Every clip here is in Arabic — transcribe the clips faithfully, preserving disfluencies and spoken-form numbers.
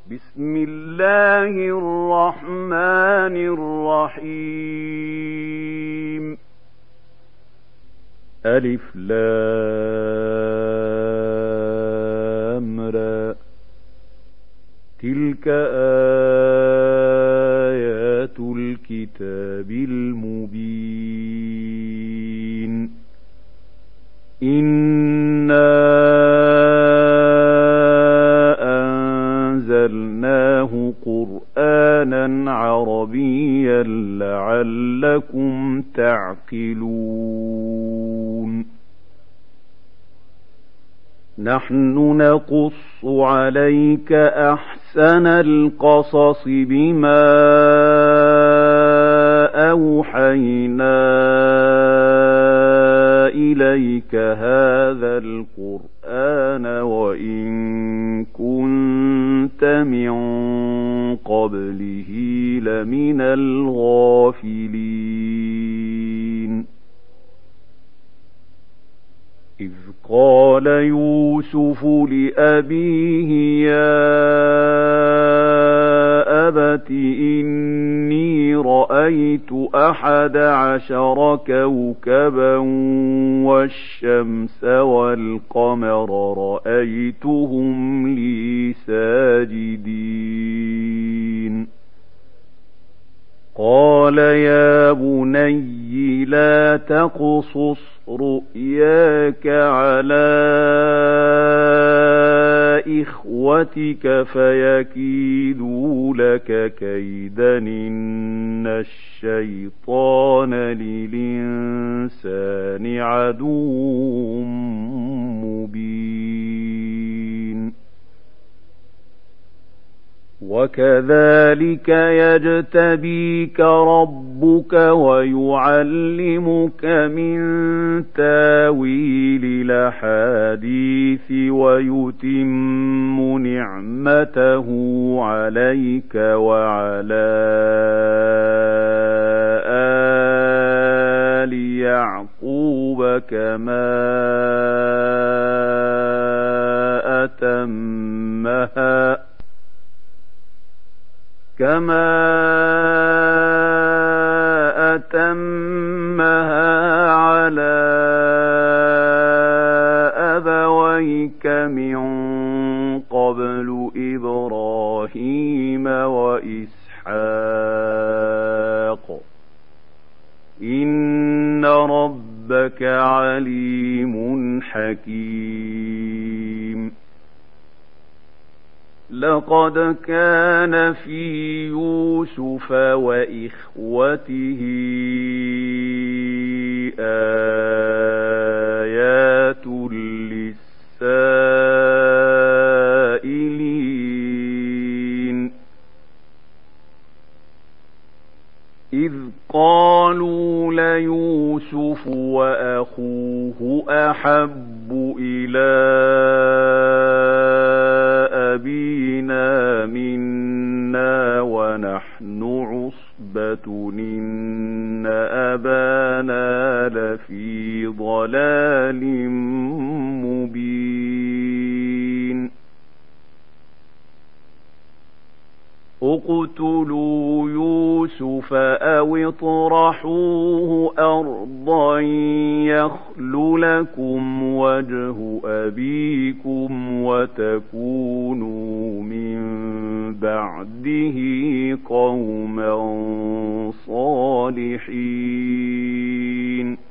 بسم الله الرحمن الرحيم. ألف لام را، تلك آيات الكتاب المبين. إنا أنزلناه قرآنا عربيا لعلكم تعقلون. نحن نقص عليك أحسن القصص بما أوحينا إليك هذا القرآن وإن كنت من قبله لمن الغافلين. إذ قال يوسف لأبيه يا أبت إني رأيت أحد عشر كوكبا والشمس والقمر رأيتهم لي ساجدين. قال يا بني لا تقصص رؤياك على إخوتك فيكيدوا لك كيدا إن الشيطان للإنسان عدو مبين. وكذلك يجتبيك ربك ويعلمك من تاويل الأحاديث ويتم نعمته عليك وعلى آل يعقوب كما أتمها كما أتمها على أبويك من قبل إبراهيم وإسحاق إن ربك عليم حكيم. لقد كان في يوسف وإخوته آيات للسائلين إذ قالوا ليوسف وأخوه أحب إلى أبينا منا ونحن عصبة إن أبانا لفي ضلال مبين. اقتلوا يوسف أو اطرحوه أرضا يخل لكم وجه أبيكم وتكونوا من بعده قوما صالحين.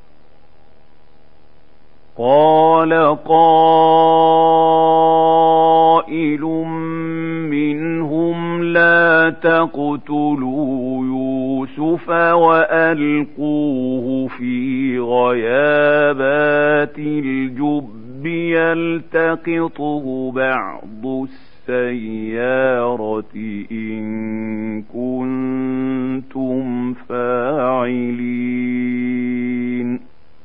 قال قائل منهم لا تقتلوا يوسف وألقوه في غيابات الجب يلتقطه بعض السيارة إن كنتم فاعلين.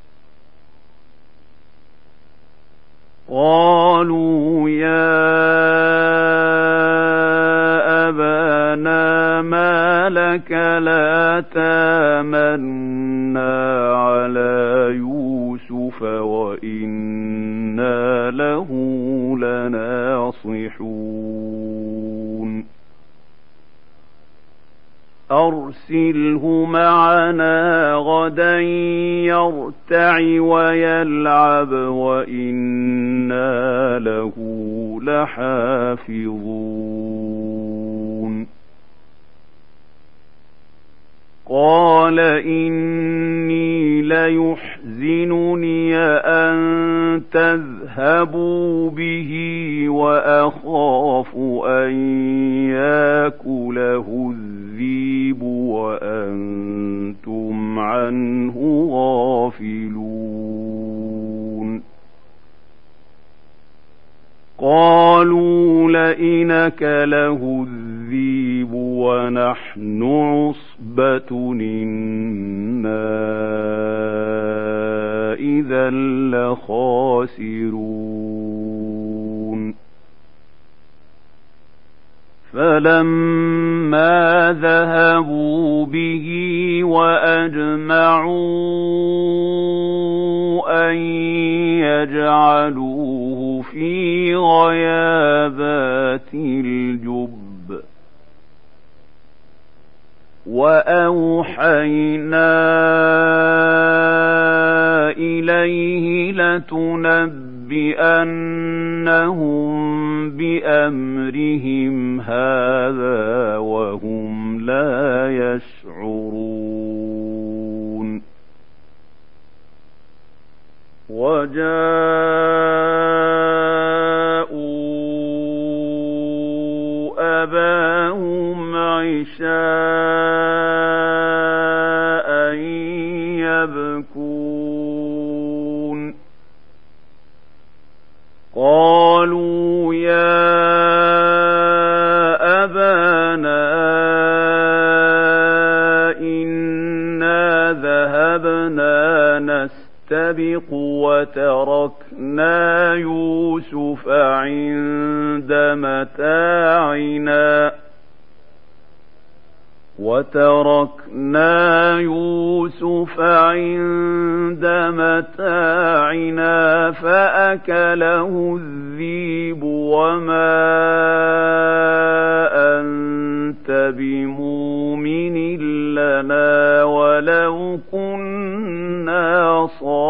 قالوا يا أبانا ما لك لا تامنا على يوسف وإنا له لناصحون. أرسله معنا غدا يرتع ويلعب وإنا له لحافظون قال إني ليحزنني أن تذهبوا به وأخاف أن يأكله الذئب وأنتم عنه غافلون قالوا لئن أكله الذئب ونحن عصبة إنا إذا لخاسرون فلما ذهبوا به وأجمعوا أن يجعلوه في غيابات الجب وأوحينا إليه لتنبئنهم بأمرهم هذا وهم لا يشعرون وجاءوا أباهم عشاء يبكون قالوا يا أبانا إنا ذهبنا نستبق وتركنا يوسف عند متاعنا وتركنا يوسف عند متاعنا فأكله الذئب وما أنت بمؤمن لنا ولو كنا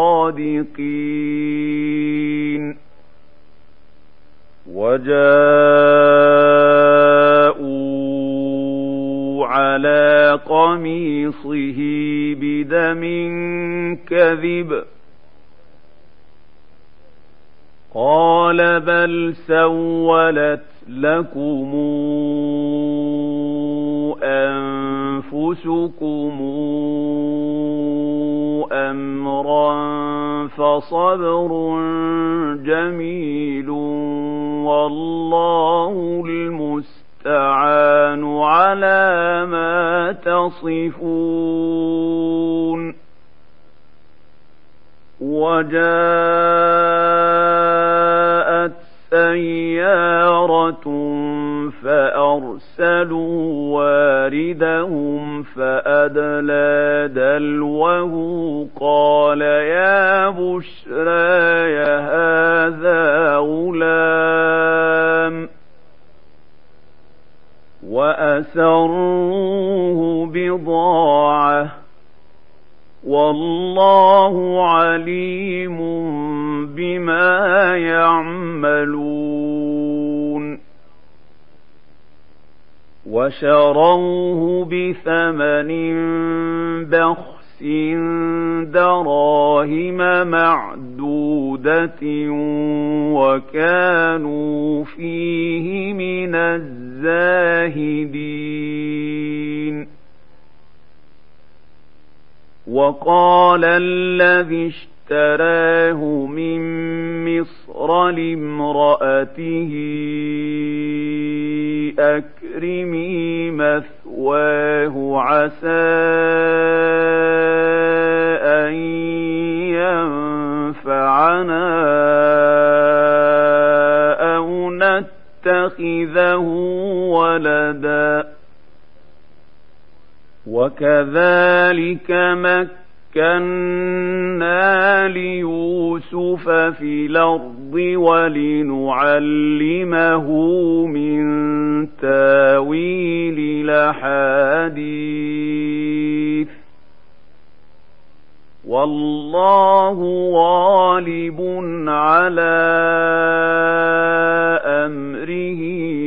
صادقين وجاءوا على قميصه بدم كذب قال بل سولت لكم أنفسكم أمرا فصبر جميل والله المستعان على ما تصفون وجاءت سيارة فأرسلوا واردهم فأدلى دلوه قال يا بشرى هذا غلام وأسروه بضاعة والله عليم بما يعملون وشروه بثمن بخس دراهم معدودة وكانوا فيه من الزاهدين وقال الذي اشتراه من مصر لامرأته أكرمي مثواه عسى أن ينفعنا أو نتخذه ولدا وكذلك مكنا ليوسف في الأرض ولنعلمه من تاويل الأحاديث والله غالب على أمره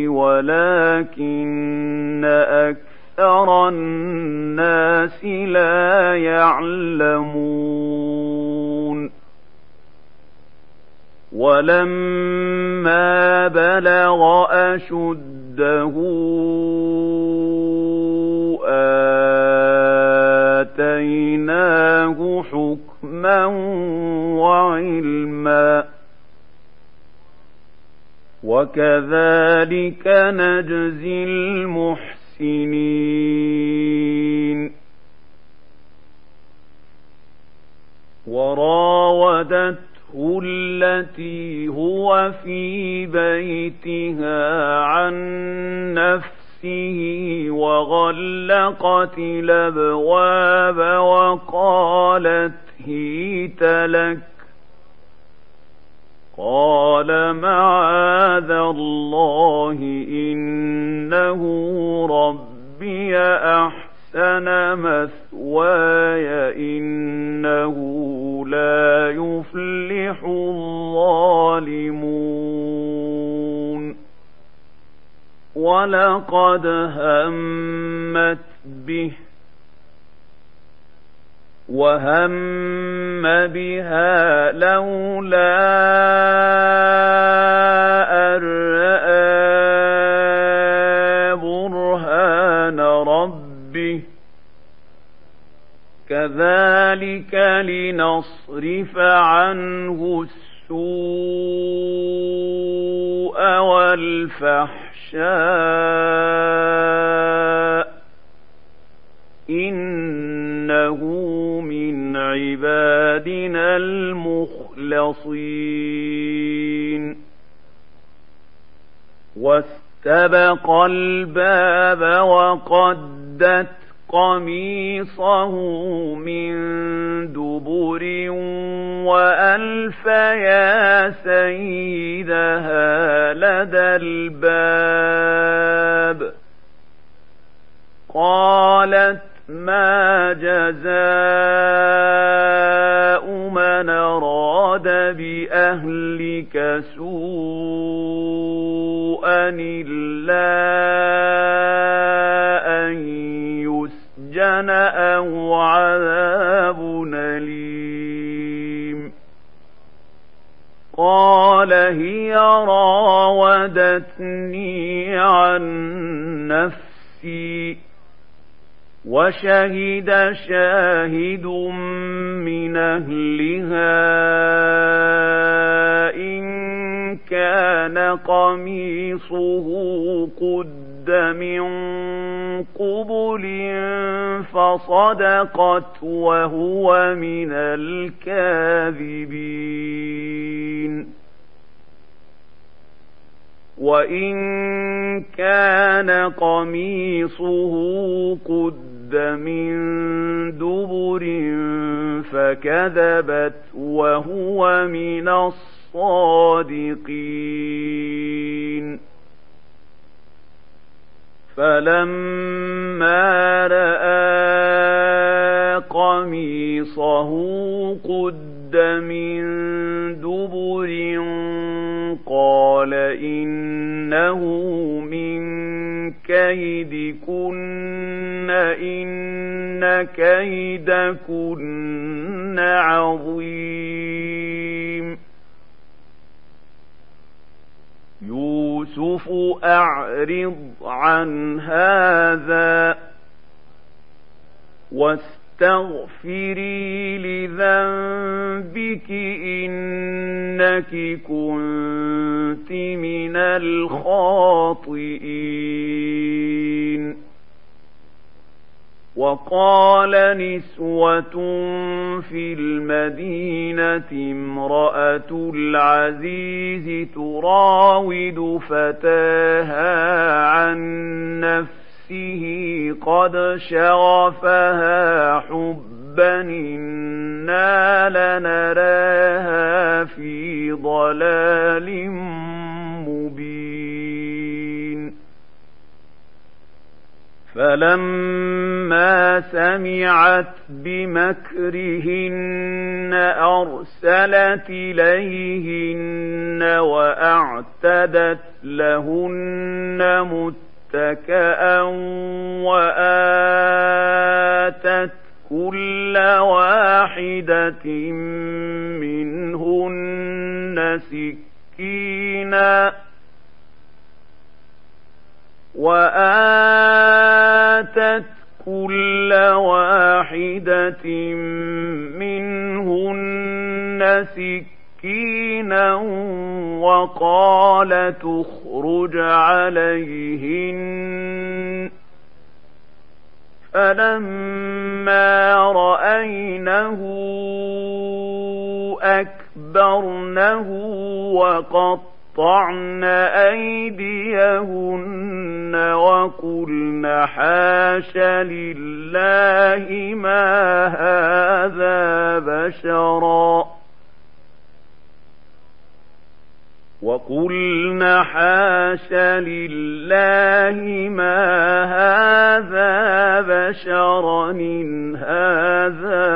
ولكن أكثر الناس لا يعلمون ولما بلغ أشده آتيناه حكما وعلما وكذلك نجزي المحسنين وراودته التي هو في بيتها عن نفسه وغلقت الأبواب وقالت هيت لك قال معاذ الله إنه ربي أحسن مثواي إنه لا يفلح الظالمون ولقد همت به وهم بها لولا أن رأى برهان ربه كذلك لنصرف عنه السوء والفحشاء إنه من عبادنا المخلصين واستبق الباب وقدت قميصه من دبر وألف يا سيدها لدى الباب قالت ما جزاء من أراد بأهلك سوءا إلا أن يسجن أو عذاب أليم قال هي راودتني عن نفسي وشهد شاهد من أهلها إن كان قميصه قد من قبل فصدقت وهو من الكاذبين وإن كان قميصه قد من دبر فكذبت وهو من الصادقين فلما رأى قميصه قد من دبر قال إنه من كيدكن إن كيدكن عظيم يوسف أعرض عن هذا واستغفري لذنبك إنك كنت من الخاطئين وقال نسوة في المدينة امرأة العزيز تراود فتاها عن نفسه قد شغفها حبا إنا لنراها في ضلال مبين فلما سمعت بمكرهن أرسلت إليهن وأعتدت لهن متكئا وآتت كل واحدة منهن سكينا وآتت كل واحدة منهن سكينا وقالت اخرج عليهن فلما رأينه أكبرنه وقطعن أيديهن وقلن حاش لله ما هذا بشرا وقلن حاش لله ما هذا بشرا إن هذا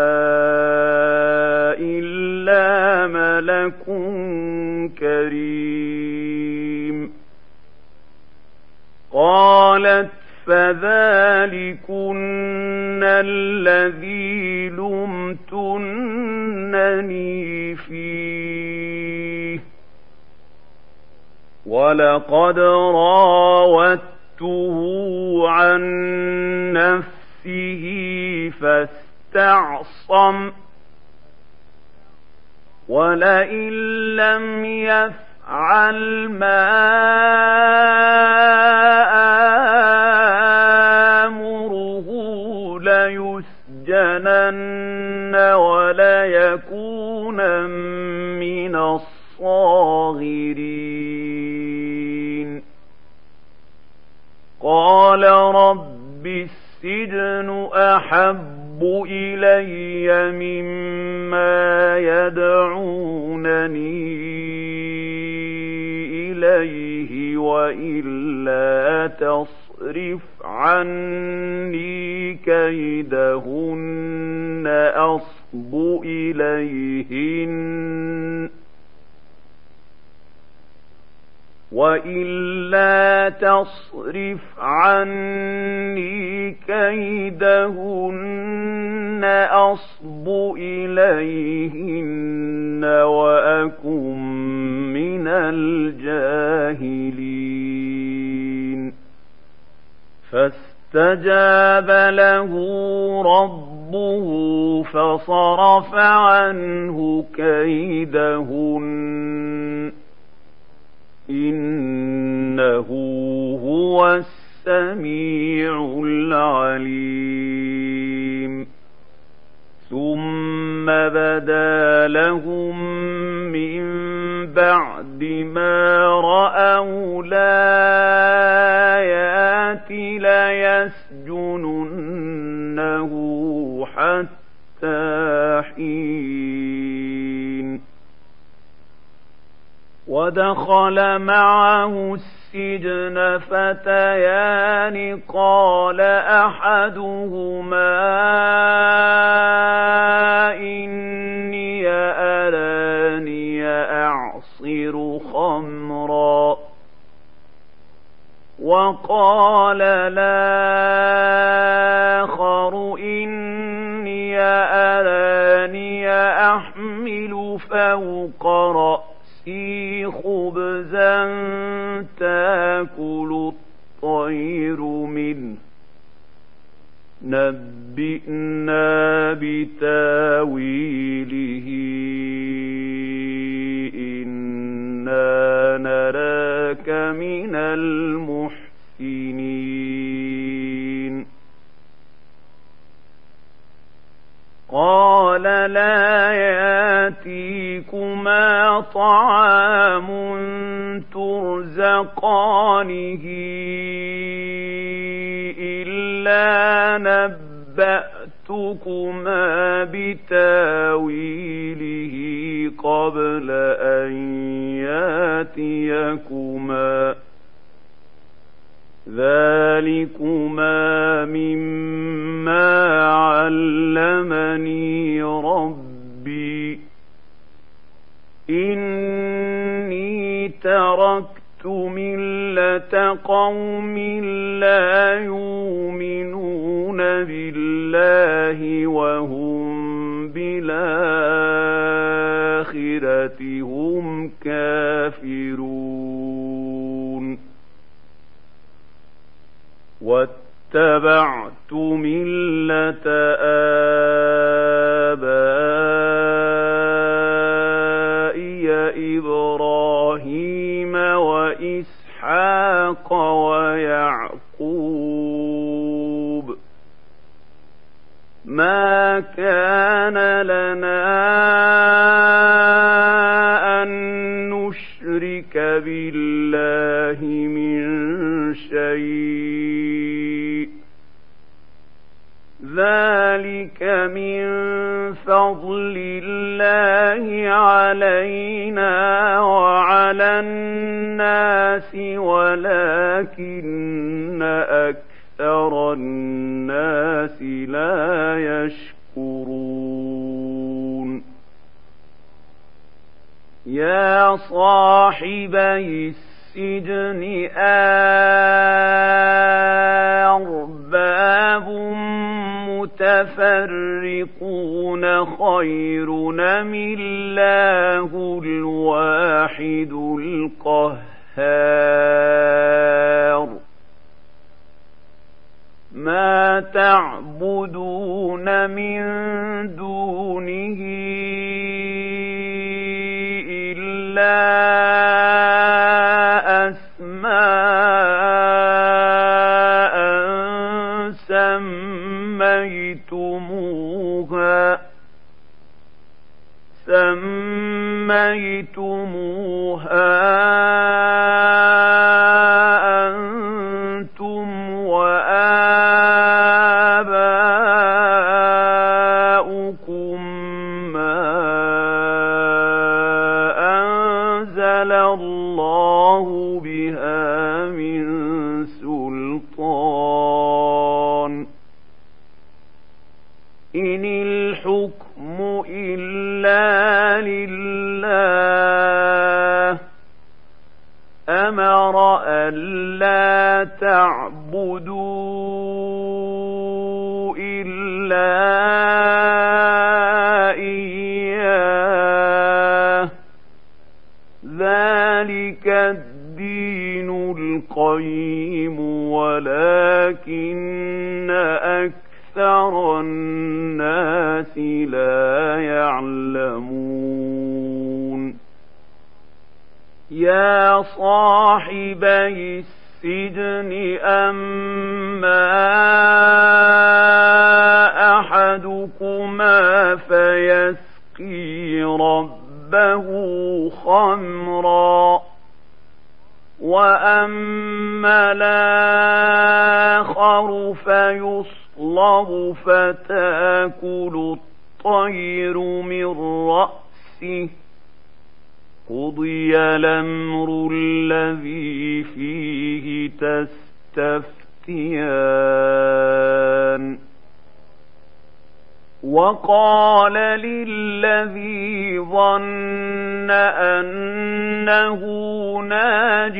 إلا ملك كريم. قالت فذلكن الذي لمتنني فيه ولقد راودته عن نفسه فاستعصم ولئن لم يفعل ما آمره ليسجنن وليكونن من الصاغرين. قال رب السجن أحب إلي مما يدعونني إليه وإلا تصرف عني كيدهن أصب إليهن وإلا تصرف عني كيدهن أصب إليهن وأكن من الجاهلين. فاستجاب له ربه فصرف عنه كيدهن إنه هو السميع العليم. ثم بدا لهم من بعد ما رأوا الآيات ليسجننه حتى حين. ودخل معه السجن فتيان قال أحدهما إني أراني أعصر خمرا وقال الآخر إني أراني أحمل فوق رأسي خبزا تأكل الطير منه نبئنا بتاويله إنا نراك من المحسنين. قال لا يأتيكما طعام ترزقانه إلا نبأتكما بتاويله قبل أن يأتيكما ذلكما مما علمني ربي إني تركت ملة قوم لا يؤمنون بالله وهم بالآخرة هم كافرون واتبعت ملة آبائي إبراهيم وإسحاق ويعقوب ما كان لنا أن نشرك بالله من شيء ذلك من فضل الله علينا وعلى الناس ولكن أكثر الناس لا يشكرون يا صاحبي السجن أرباب متفرقون خير أم الله الواحد القهار ما تعبدون من دونه إلا أسماء سميتموها سميتموها أنتم وآباؤكم ما أنزل الله بها من سلطان إن الحكم إلا لله أمر ألا تعبدوا إلا إياه ذلك الدين القيم ولكن أكثر الناس لا يعلمون يا صاحبي السجن أما أحدكما فيسقي ربه خمرا وأما الآخر فيصلب فتأكل الطير من رأسه قضي الأمر الذي فيه تستفتيان وقال للذي ظن أنه ناج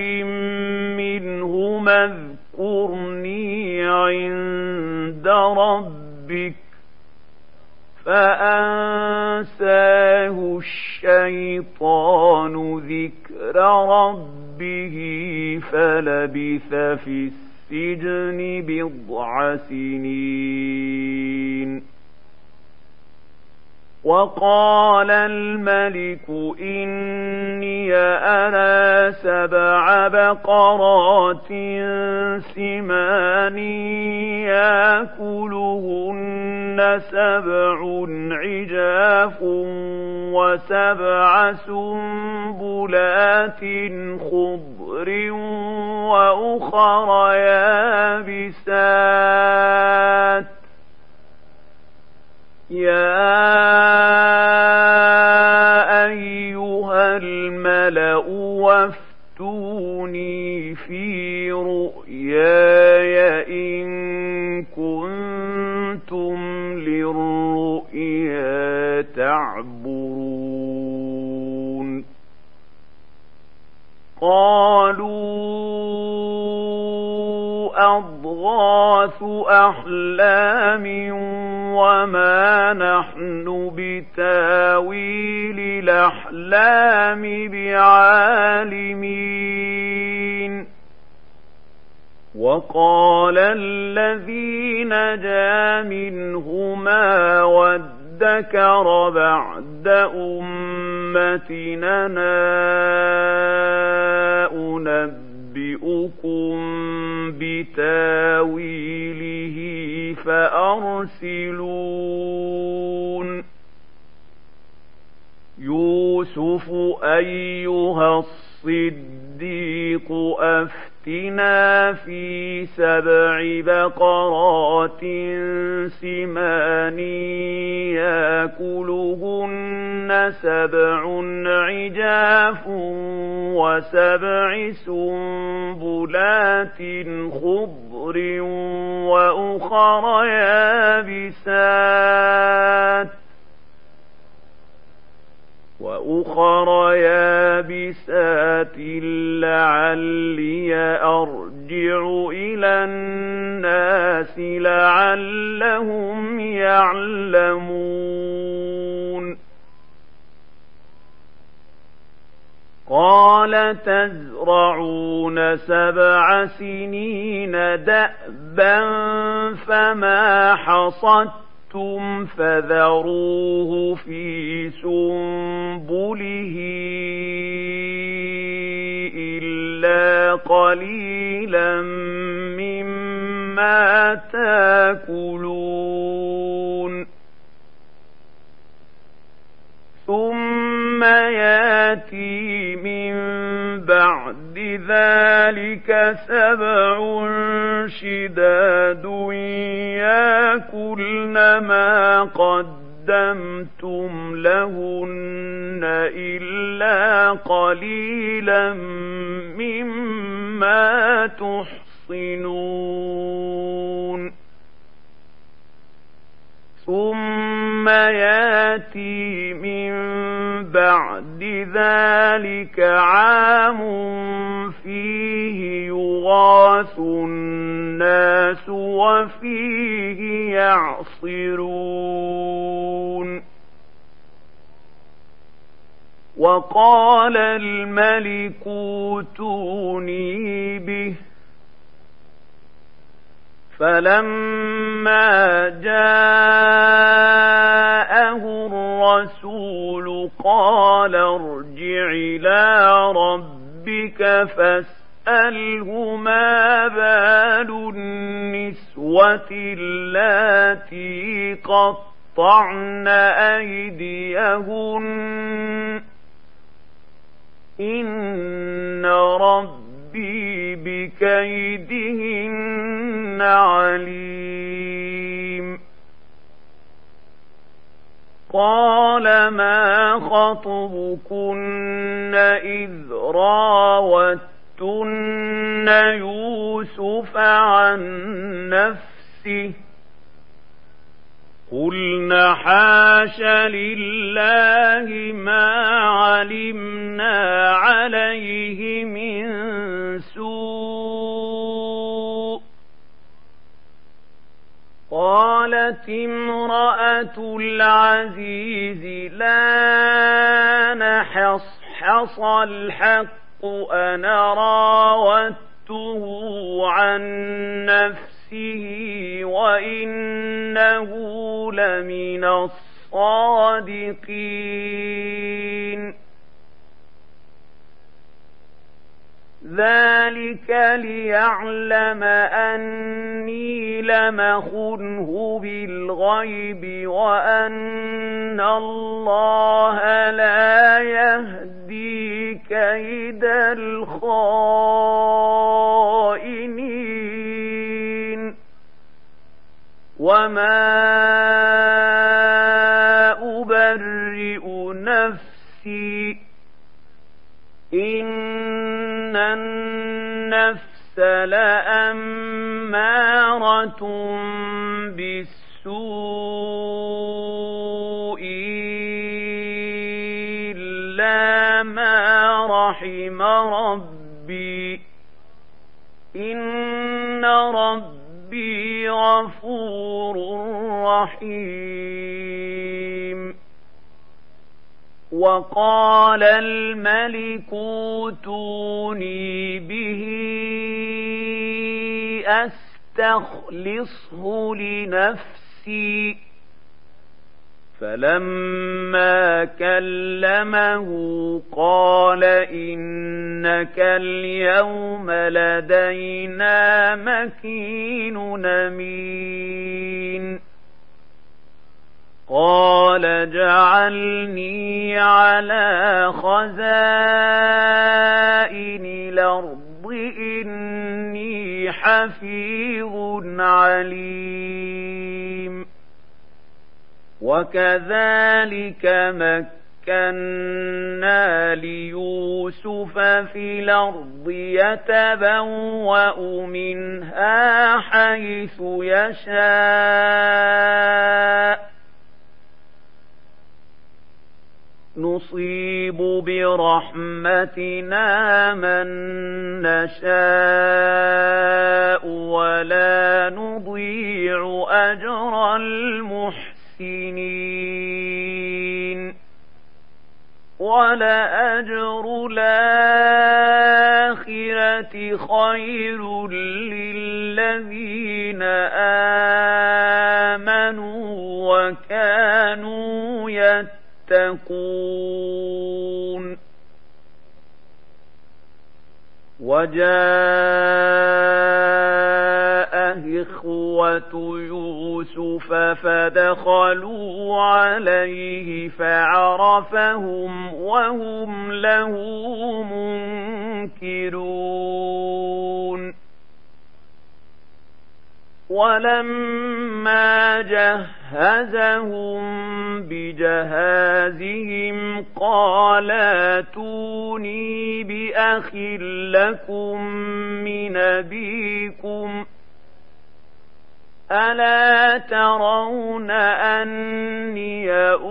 منهما اذكرني عند ربك فأنساه الشيطان ذكر ربه فلبث في السجن بضع سنين وقال الملك إني أرى سبع بقرات سمان يأكلهن سبع عجاف وسبع سنبلات خضر وأخر يابسات يا أيها الملأ وافتوني في رؤياي أضغاث أحلام وما نحن بتاويل الأحلام بعالمين وقال الذي نجا منهما وادكر بعد أمتنا أنبئكم بتاويله فأرسلون يوسف أيها الصديق أفتنا في سبع بقرات سمان يأكلهن سبع عجاف وسبع سنبلات خضر وأخر يابسات وأخر يابسات لعلي أرجع إلى الناس لعلهم يعلمون قال تزرعون سبع سنين دأبا فما حصدتم فذروه في سنبله إلا قليلا مما تأكلون ثم يأتي من بعد ذلك سبع شداد يأكلن ما قدمتم لهن إلا قليلا مما تحصنون ثم يأتي من بعد ذلك عام فيه يغاث الناس وفيه يعصرون وقال الملك اوتوني به فلما جاءه الرسول قال ارجع إلى ربك فاسأله ما بال النسوة اللاتي قطعن أيديهن إن ربي بكيدهن عليم قال ما خطبكن إذ راوتن يوسف عن نفسه قلنا حاش لله ما علمنا عليه من سوء قالت امرأة العزيز لا نحصحص الحق أنا راودته عن نفسه وإنه لمن الصادقين ذلك ليعلم أني لم أخنه بالغيب وأن الله لا يهدي كيد الخائنين وما أبرئ نفسي إن النفس لأمارة بالسوء إلا ما رحم ربي إن إن ربي غفور رحيم. وقال الملك اوتوني به أستخلصه لنفسي. فلما كلمه قال إنك اليوم لدينا مكين أمين. قال اجعلني على خزائن الأرض إني حفيظ عليم. وكذلك مكنا ليوسف في الأرض يتبوأ منها حيث يشاء نصيب برحمتنا من نشاء ولا نضيع أجر المحسنين. ولأجر الآخرة خير للذين آمنوا وكانوا يتقون. وجاء إخوة يوسف فدخلوا عليه فعرفهم وهم له منكرون. ولما جهزهم بجهازهم قال ائتوني بأخ لكم من أبيكم ألا ترون أني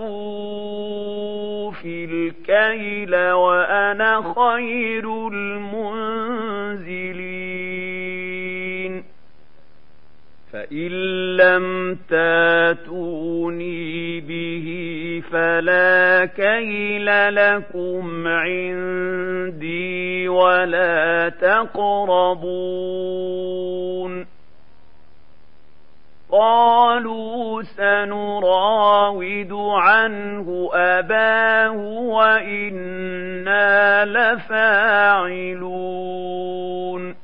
أوفي الكيل وأنا خير المنزلين. فإن لم تاتوني به فلا كيل لكم عندي ولا تقربون. قالوا سنراود عنه أباه وإنا لفاعلون.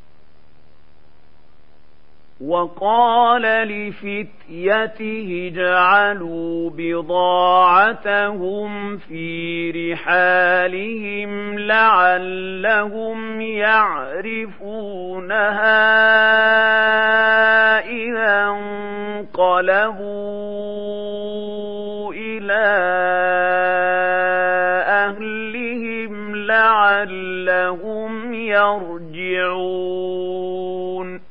وقال لفتيته اجعلوا بضاعتهم في رحالهم لعلهم يعرفونها إذا انقلبوا إلى أهلهم لعلهم يرجعون.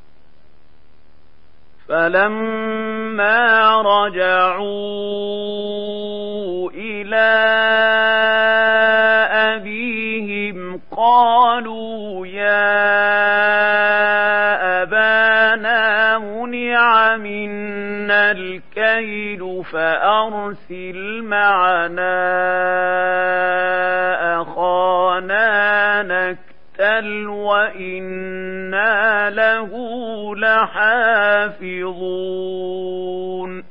فلما رجعوا إلى أبيهم قالوا يا أبانا منع منا الكيل فأرسل معنا أخانا نكتل وإنا له لحافظون.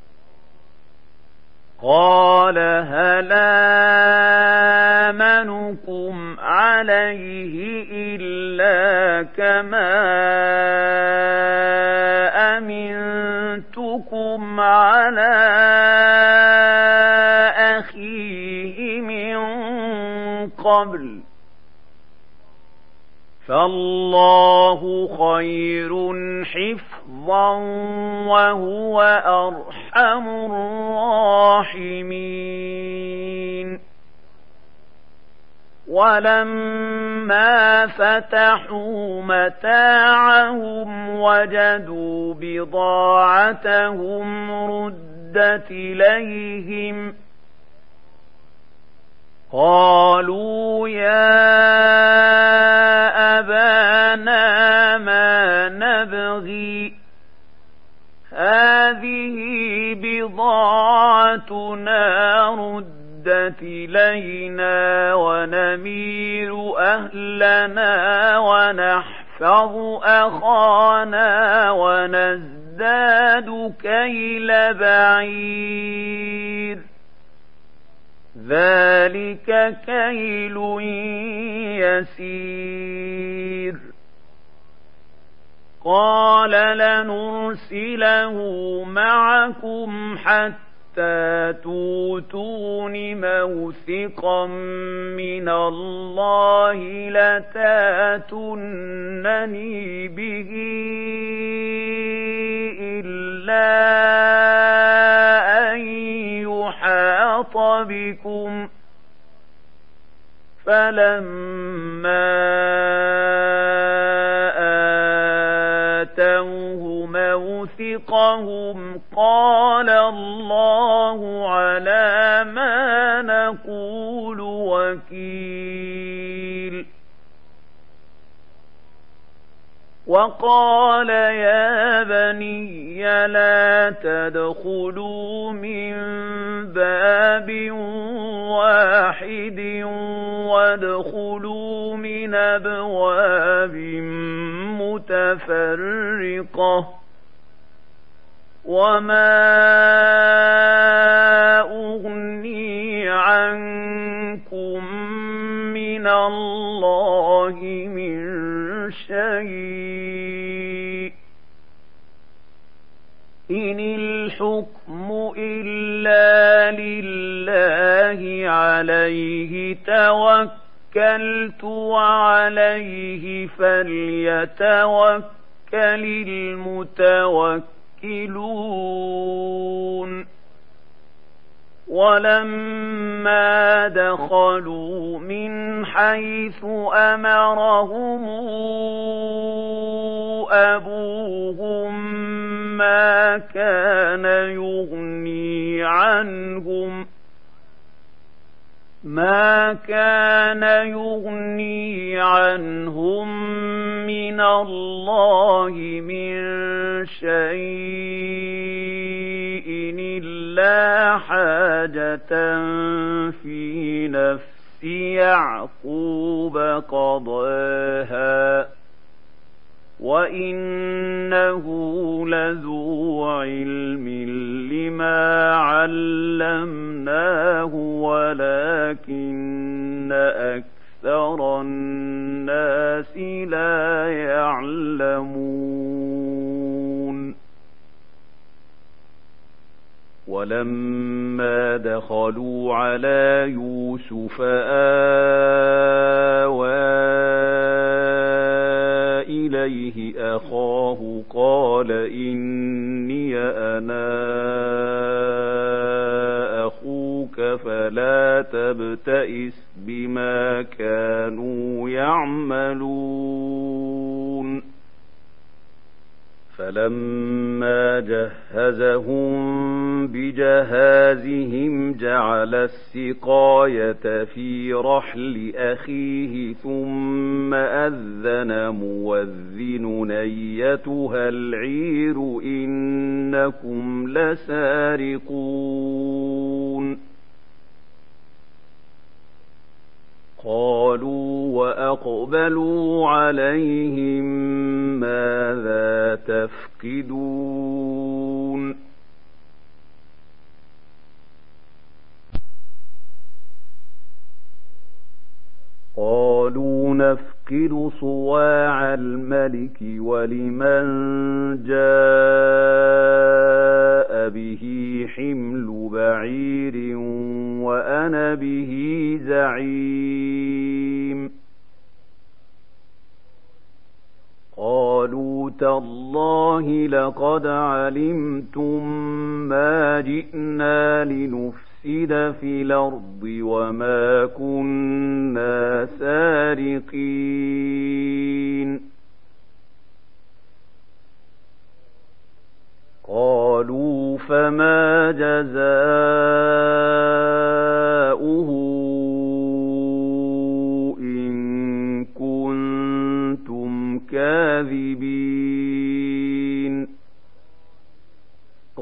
قال هل آمنكم عليه إلا كما أمنتكم على أخيه من قبل فالله خير حفظا وهو أرحم الراحمين. ولما فتحوا متاعهم وجدوا بضاعتهم ردت إليهم قالوا يا أبانا ما نبغي نبتغي هذه بضاعتنا ردت إلينا ونمير أهلنا ونحفظ أخانا ونزداد كيل بعير ذلك كيل يسير قال لنرسله معكم حتى توتون موثقا من الله لتاتونني به إلا أن يحاط بكم فلما آتوه موثقهم قال الله على ما نقول وكيل وقال يا بني لا تدخلوا من باب واحد وادخلوا من أبواب متفرقة وما أغني عنكم من الله من شيء إن الحكم إلا لله عليه توكلت وعليه فليتوكل المتوكلون ولما دخلوا من حيث أمرهم أبوهم ما كان يغني عنهم ما كان يغني عنهم من الله من شيء إلا حاجة في نفس يعقوب قضاها وإنه لذو علم لما علمناه ولكن أكثر الناس لا يعلمون ولما دخلوا على يوسف آوى إليه أخاه قال إني أنا أخوك فلا تبتئس بما كانوا يعملون فلما جهزهم بجهازهم جعل السقاية في رحل أخيه ثم أذن مؤذن أيتها العير إنكم لسارقون قالوا وأقبلوا عليهم ماذا تفقدون قالوا نفقد صواع الملك ولمن جاء به حمل بعير وأنا به زعيم قالوا تالله لقد علمتم ما جئنا لنفسد في الأرض وما كنا سارقين قالوا فما جزاؤه إن كنتم كاذبين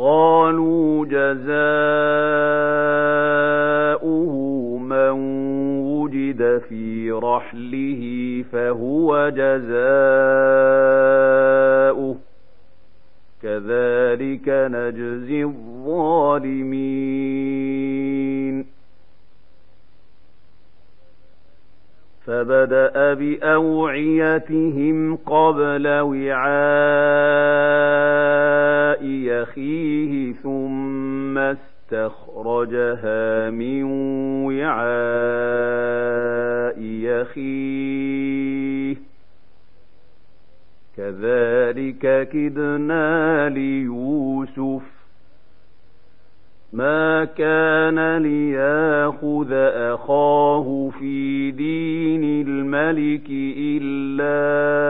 قالوا جزاؤه من وجد في رحله فهو جزاؤه كذلك نجزي الظالمين. فبدأ بأوعيتهم قبل وعاء أخيه ثم استخرجها من وعاء أخيه كذلك كدنا ليوسف ما كان ليأخذ أخاه في دين الملك إلا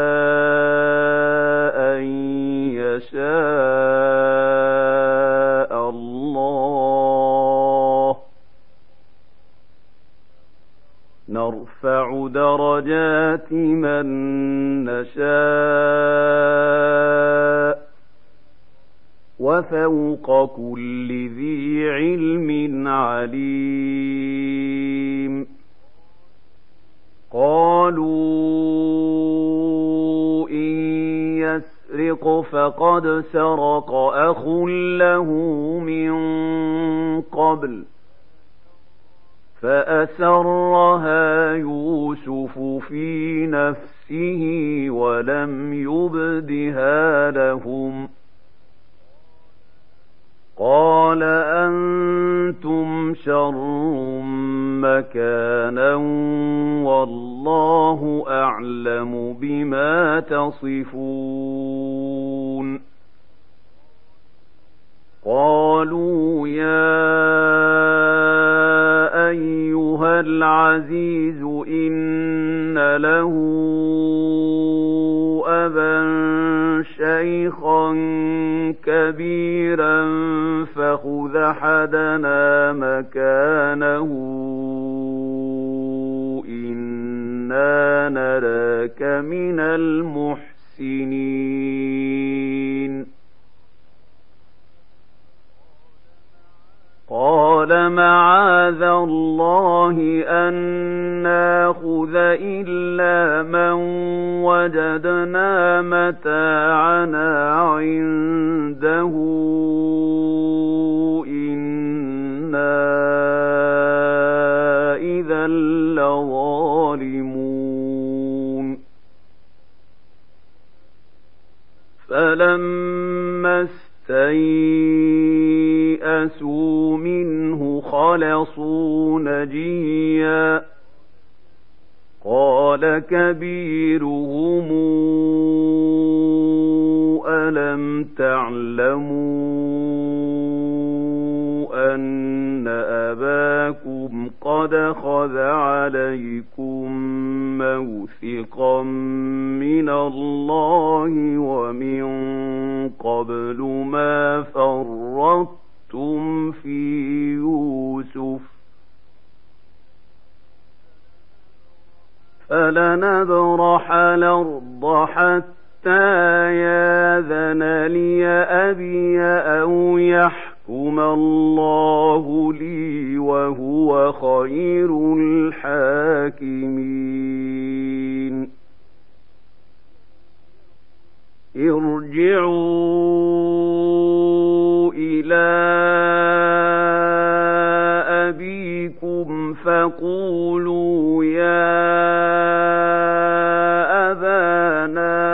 أن يشاء الله نرفع درجات من نشاء وفوق كل ذي علم عليم. قالوا إن يسرق فقد سرق أخ له من قبل فأسرها يوسف في نفسه ولم يبدها لهم قال أنتم شر مكانا والله أعلم بما تصفون. قالوا يا أيها العزيز إن له أبا شيخا كبيرا فخذ أحدنا مكانه إنا نراك من المحسنين. قال معاذ الله أن ناخذ إلا من وجدنا متاعنا عنده إنا إذا لظالمون. فلما استيئسوا منه خلصوا نجيا قال كبيرهم ألم تعلموا أن أباكم قد أخذ عليكم موثقا من الله ومن قبل ما فرطتم في يوسف فلنبرح الأرض حتى ياذن لي أبي أو يحكم الله لي وهو خير الحاكمين. ارجعوا إلى أبيكم فقولوا يا أبانا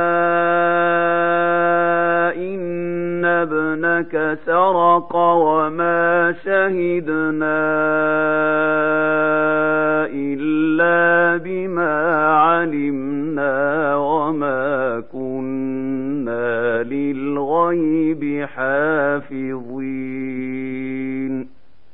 إن ابنك سرق وما شهدنا إلا بما علمنا وما كنا للغيب حافظين.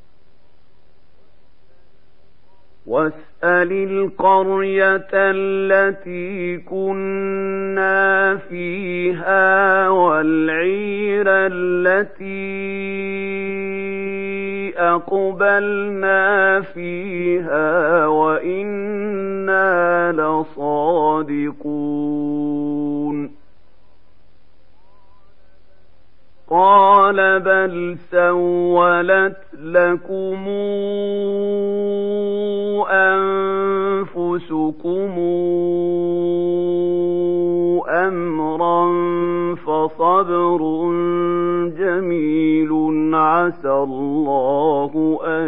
واسأل القرية التي كنا فيها والعير التي أقبلنا فيها وإنا لصادقون. قال بل سولت لكم أنفسكم أمرا فصبر جميل عسى الله أن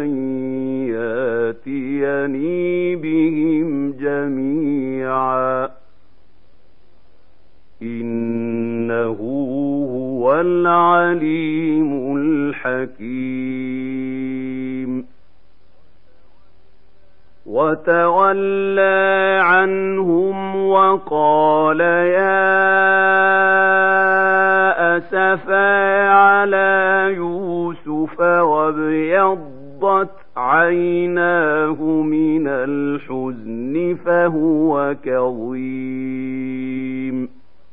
ياتيني بهم جميعا إنه هو العليم الحكيم وتولى عنهم وقال يا أسفا على يوسف وابيضت عيناه من الحزن فهو كظيم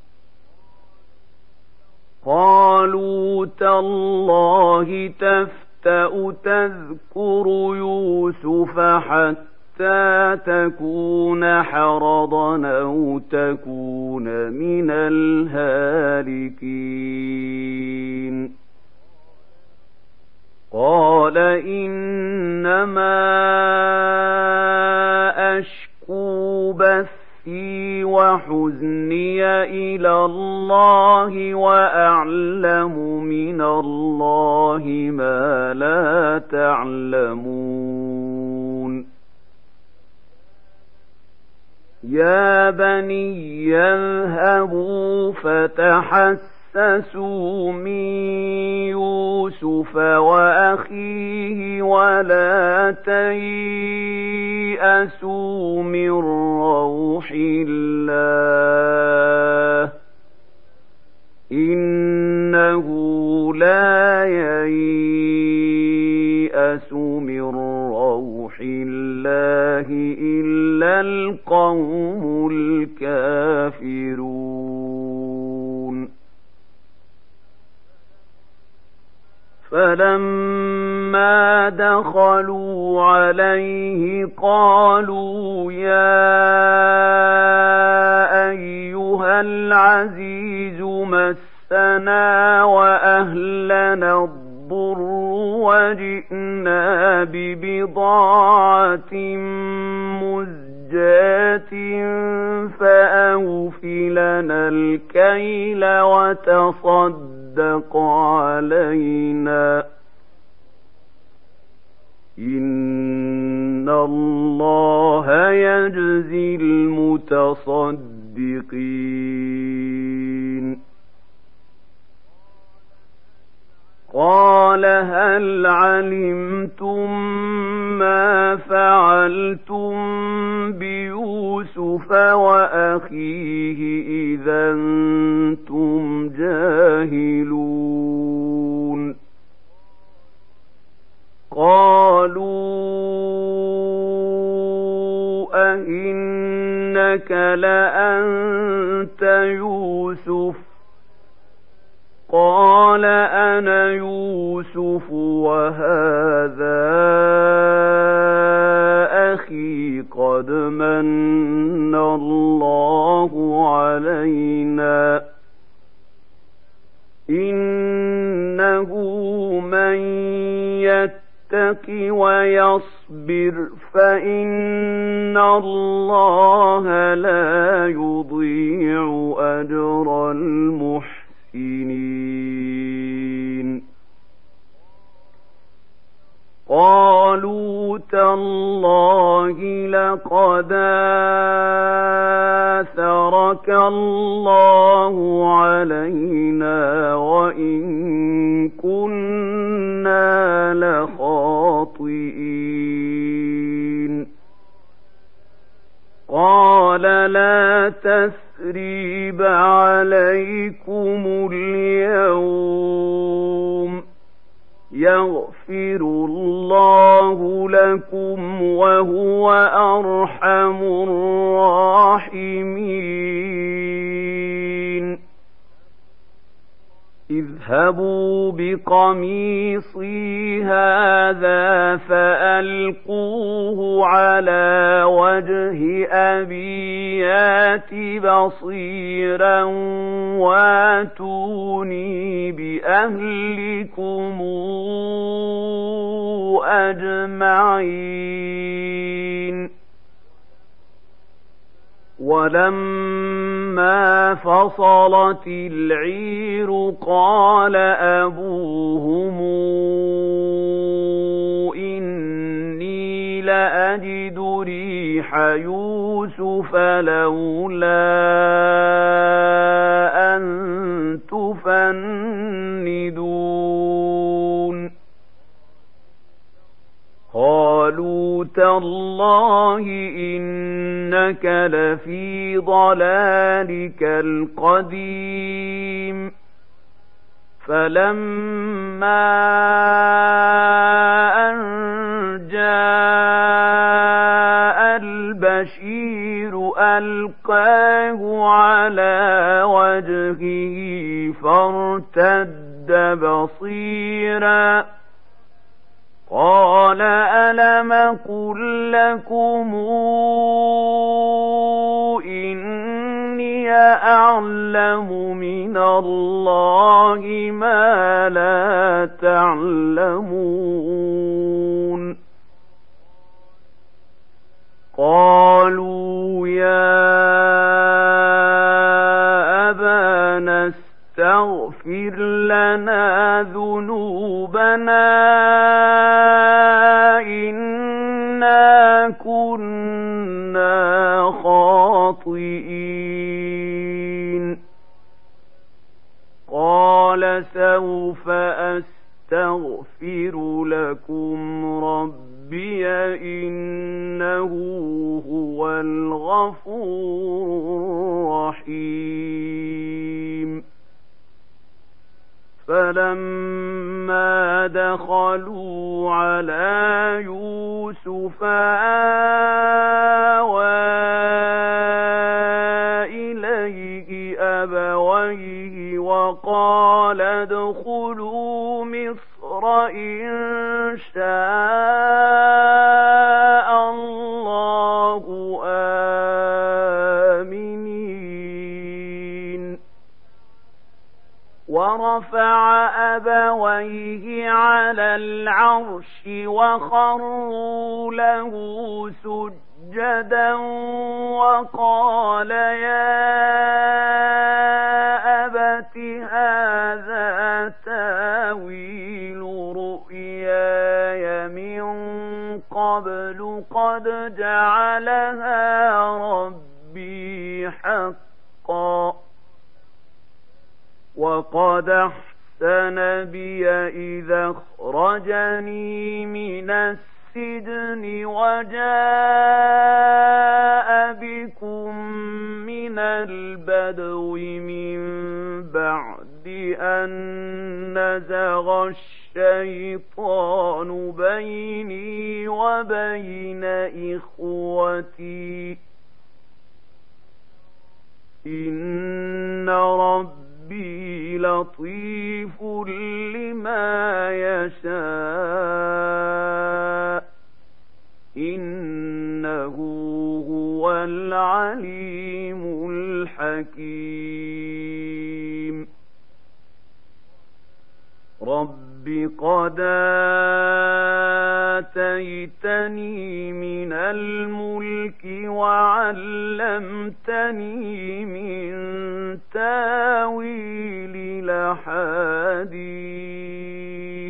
قالوا تالله تفتأ تذكر يوسف حتى تكون حرضا أو تكون من الهالكين قال إنما أشكو بثي وحزني إلى الله وأعلم من الله ما لا تعلمون يا بني اذهبوا فتحسسوا من يوسف وأخيه ولا تيأسوا من روح الله إنه لا ييأس من روح الله إلا القوم الكافرون فلما دخلوا عليه قالوا يا أيها العزيز مسنا وأهلنا الضر وجئنا ببضاعة مزجاة فأوف لنا الكيل وتصدق علينا إن الله يجزي المتصدقين قال هل علمتم ما فعلتم بيوسف وأخيه إذا أنتم جاهلون قالوا أئنك لأنت يوسف قال أنا يوسف وهذا أخي قد من الله علينا إنه من يتق ويصبر فإن الله لا يضيع أجر المحسنين قالوا تالله لقد آثرك الله علينا وإن كنا لخاطئين قال لا تثريب عليكم اليوم يغفر الله لكم وهو أرحم الراحمين اذهبوا بقميصي هذا فألقوه على وجه أبي يات بصيرا واتوني بأهلكم أجمعين. ولما فصلت العير قال أبوهم إني لأجد ريح يوسف لولا أن تفندون. قالوا تالله إنك لفي ضلالك القديم. فلما أن جاء البشير ألقاه على وجهه فارتد بصيرا قال ألم قل لكم إني أعلم من الله ما لا تعلمون. قالوا يا أبانا استغفر لنا ذنوبنا إنا كنا خاطئين. قال سوف أستغفر لكم ربي إنه هو الغفور الرحيم. فلما دخلوا على يوسف آوى إليه أبويه وقال ادخلوا مصر إن شاء الله آمنين. ورفع أبويه على العرش وخروا له سجدا وقال يا أبت هذا تاويل رؤياي من قبل قد جعلها ربي حقا وقد أحسن بي إذا أخرجني من السجن وجاء بكم من البدو من بعد أن نزغ الشيطان بيني وبين إخوتي إن ربي ربي لطيف لما يشاء إنه هو العليم الحكيم. رب قد آتيتني من الملك وعلمتني من تاويل الأحاديث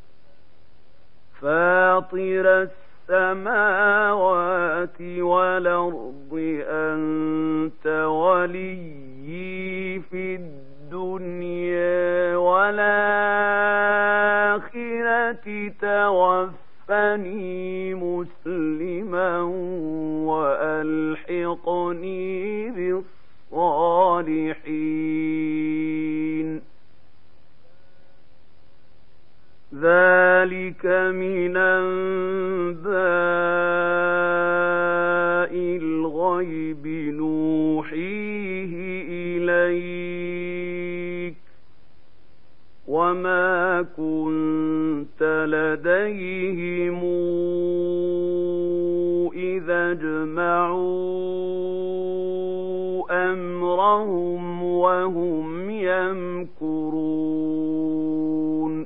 فاطر السماوات والأرض أنت وليي في الدنيا والآخرة توفني مسلما وألحقني بالصالحين. ذلك من أنباء الغيب نوحيه إليك وما كنت لديهم إذا اجمعوا أمرهم وهم يمكرون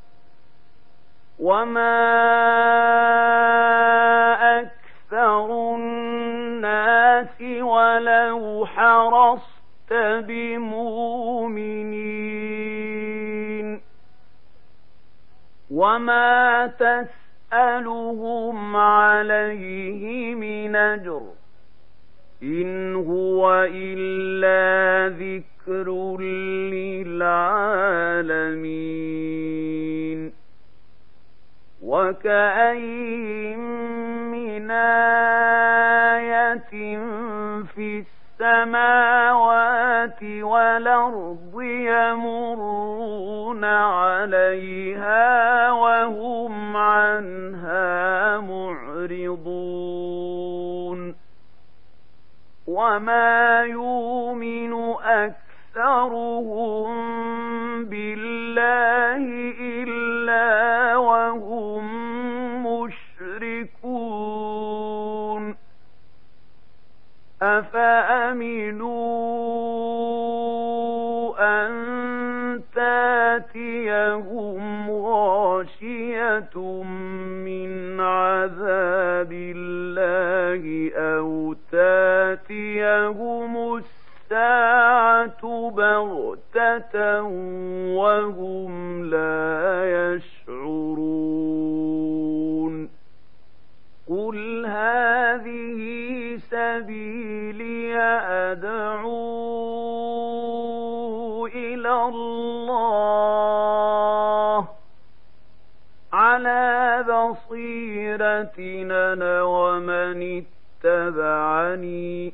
وما أكثر الناس ولو حرصت بمؤمنين وما تسألهم عليه من أجر إن هو إلا ذكر للعالمين وكأين من آية في السماوات والأرض يمرون عليها وهم عنها معرضون وما يؤمن أكثرهم بالله إلا وهم مشركون أفأمنوا أن تأتيهم غاشية من عذاب الله أو تأتيهم الساعة بغتة وهم لا يشعرون قل هذه سبيلي أدعو إلى الله على بصيرة أنا ومن اتبعني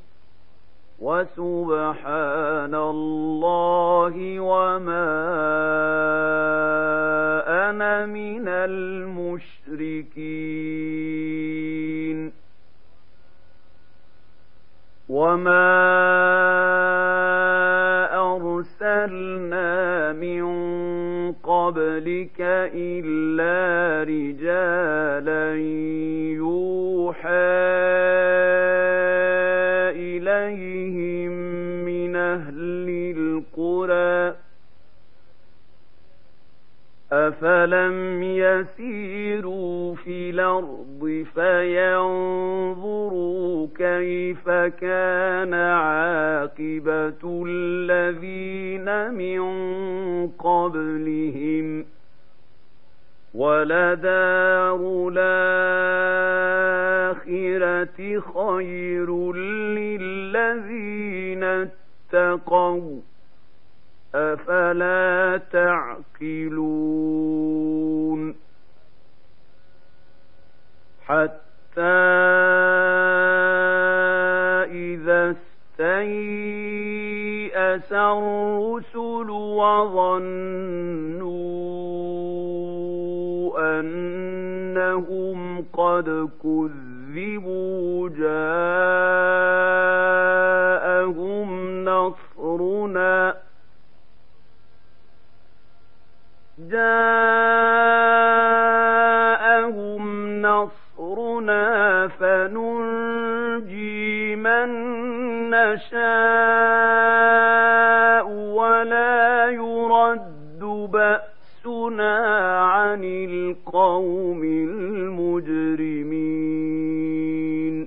وسبحان الله وما أنا من المشركين وما أرسلنا من قبلك إلا رجالا يوحى إليهم من أهل القرى أفلم يسيروا في الأرض فينظروا كيف كان عاقبة الذين من قبلهم ولدار الآخرة خير للذين اتقوا أفلا تعقلون حتى إذا استيأس الرسل وظنوا أنهم قد كذبوا جاءهم نصرنا جاءهم نصرنا فننجي من نشاء ولا يرد بأسنا عن القوم المجرمين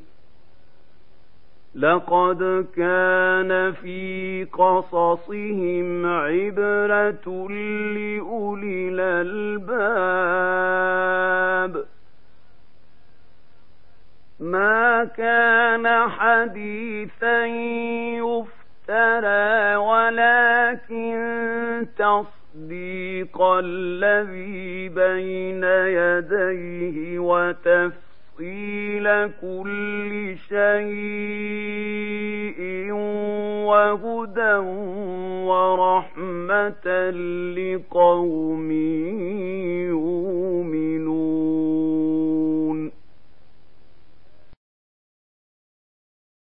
لقد كان في قصصهم عبرة لأولي الألباب ما كان حديثا يفترى ولكن تصديق الذي بين يديه وتفسير تفصيل كل شيء وهدى ورحمة لقوم